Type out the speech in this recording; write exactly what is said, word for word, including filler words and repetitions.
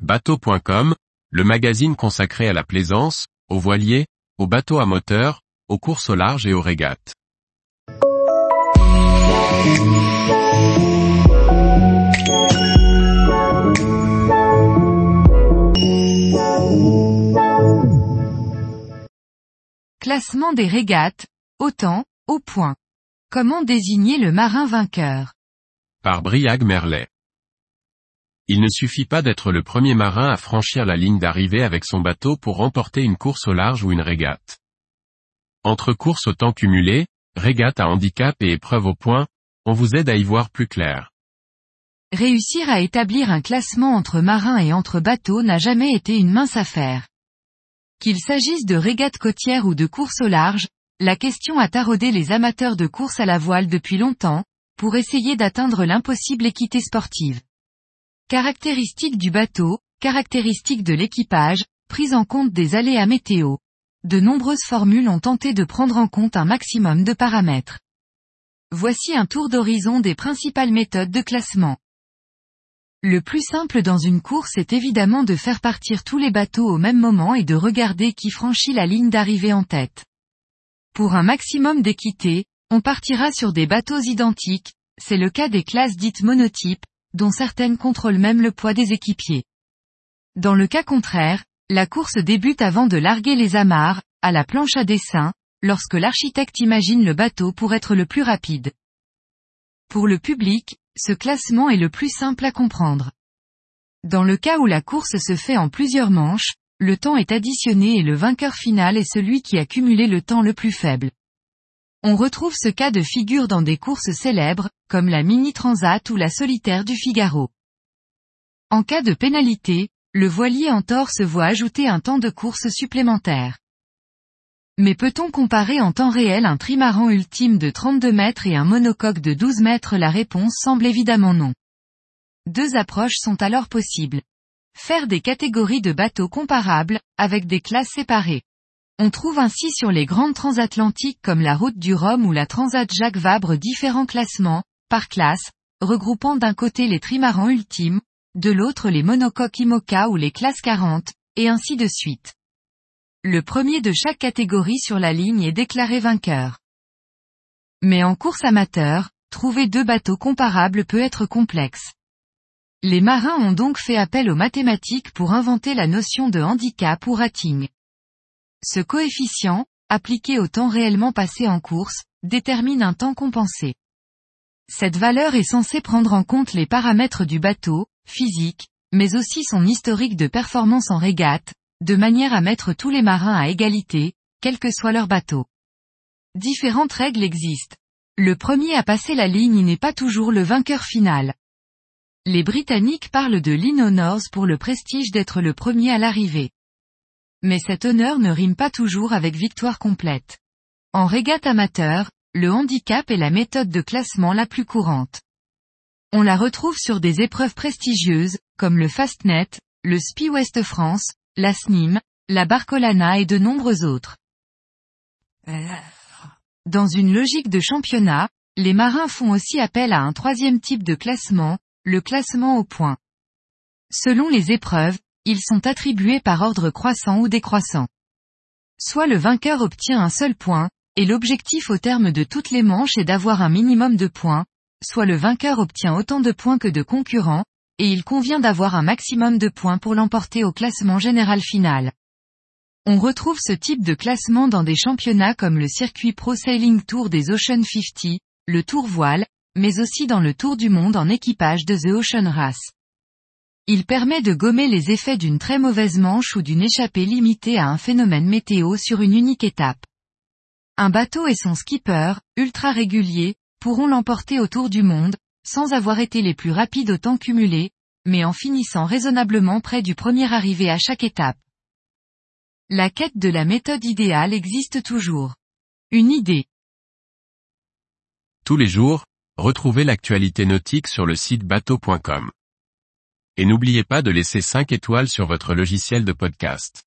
Bateau point com, le magazine consacré à la plaisance, aux voiliers, aux bateaux à moteur, aux courses au large et aux régates. Classement des régates, au temps, au point. Comment désigner le marin vainqueur? Par Briag Merlet. Il ne suffit pas d'être le premier marin à franchir la ligne d'arrivée avec son bateau pour remporter une course au large ou une régate. Entre courses au temps cumulé, régates à handicap et épreuves au point, on vous aide à y voir plus clair. Réussir à établir un classement entre marins et entre bateaux n'a jamais été une mince affaire. Qu'il s'agisse de régates côtières ou de courses au large, la question a taraudé les amateurs de course à la voile depuis longtemps, pour essayer d'atteindre l'impossible équité sportive. Caractéristiques du bateau, caractéristiques de l'équipage, prise en compte des aléas météo. De nombreuses formules ont tenté de prendre en compte un maximum de paramètres. Voici un tour d'horizon des principales méthodes de classement. Le plus simple dans une course est évidemment de faire partir tous les bateaux au même moment et de regarder qui franchit la ligne d'arrivée en tête. Pour un maximum d'équité, on partira sur des bateaux identiques, c'est le cas des classes dites monotypes, dont certaines contrôlent même le poids des équipiers. Dans le cas contraire, la course débute avant de larguer les amarres, à la planche à dessin, lorsque l'architecte imagine le bateau pour être le plus rapide. Pour le public, ce classement est le plus simple à comprendre. Dans le cas où la course se fait en plusieurs manches, le temps est additionné et le vainqueur final est celui qui a cumulé le temps le plus faible. On retrouve ce cas de figure dans des courses célèbres, comme la Mini Transat ou la Solitaire du Figaro. En cas de pénalité, le voilier en tort se voit ajouter un temps de course supplémentaire. Mais peut-on comparer en temps réel un trimaran ultime de trente-deux mètres et un monocoque de douze mètres? La réponse semble évidemment non. Deux approches sont alors possibles. Faire des catégories de bateaux comparables, avec des classes séparées. On trouve ainsi sur les grandes transatlantiques comme la Route du Rhum ou la Transat Jacques Vabre différents classements, par classe, regroupant d'un côté les trimarans ultimes, de l'autre les monocoques IMOCA ou les classes quarante, et ainsi de suite. Le premier de chaque catégorie sur la ligne est déclaré vainqueur. Mais en course amateur, trouver deux bateaux comparables peut être complexe. Les marins ont donc fait appel aux mathématiques pour inventer la notion de handicap ou rating. Ce coefficient, appliqué au temps réellement passé en course, détermine un temps compensé. Cette valeur est censée prendre en compte les paramètres du bateau, physique, mais aussi son historique de performance en régate, de manière à mettre tous les marins à égalité, quel que soit leur bateau. Différentes règles existent. Le premier à passer la ligne n'est pas toujours le vainqueur final. Les Britanniques parlent de lean honours pour le prestige d'être le premier à l'arrivée. Mais cet honneur ne rime pas toujours avec victoire complète. En régate amateur, le handicap est la méthode de classement la plus courante. On la retrouve sur des épreuves prestigieuses, comme le Fastnet, le Spi Ouest France, la S N I M, la Barcolana et de nombreux autres. Dans une logique de championnat, les marins font aussi appel à un troisième type de classement, le classement au point. Selon les épreuves, ils sont attribués par ordre croissant ou décroissant. Soit le vainqueur obtient un seul point, et l'objectif au terme de toutes les manches est d'avoir un minimum de points, soit le vainqueur obtient autant de points que de concurrents, et il convient d'avoir un maximum de points pour l'emporter au classement général final. On retrouve ce type de classement dans des championnats comme le circuit Pro Sailing Tour des Ocean cinquante, le Tour Voile, mais aussi dans le Tour du Monde en équipage de The Ocean Race. Il permet de gommer les effets d'une très mauvaise manche ou d'une échappée limitée à un phénomène météo sur une unique étape. Un bateau et son skipper, ultra réguliers, pourront l'emporter au Tour du Monde, sans avoir été les plus rapides au temps cumulé, mais en finissant raisonnablement près du premier arrivé à chaque étape. La quête de la méthode idéale existe toujours. Une idée. Tous les jours, retrouvez l'actualité nautique sur le site bateau point com. Et n'oubliez pas de laisser cinq étoiles sur votre logiciel de podcast.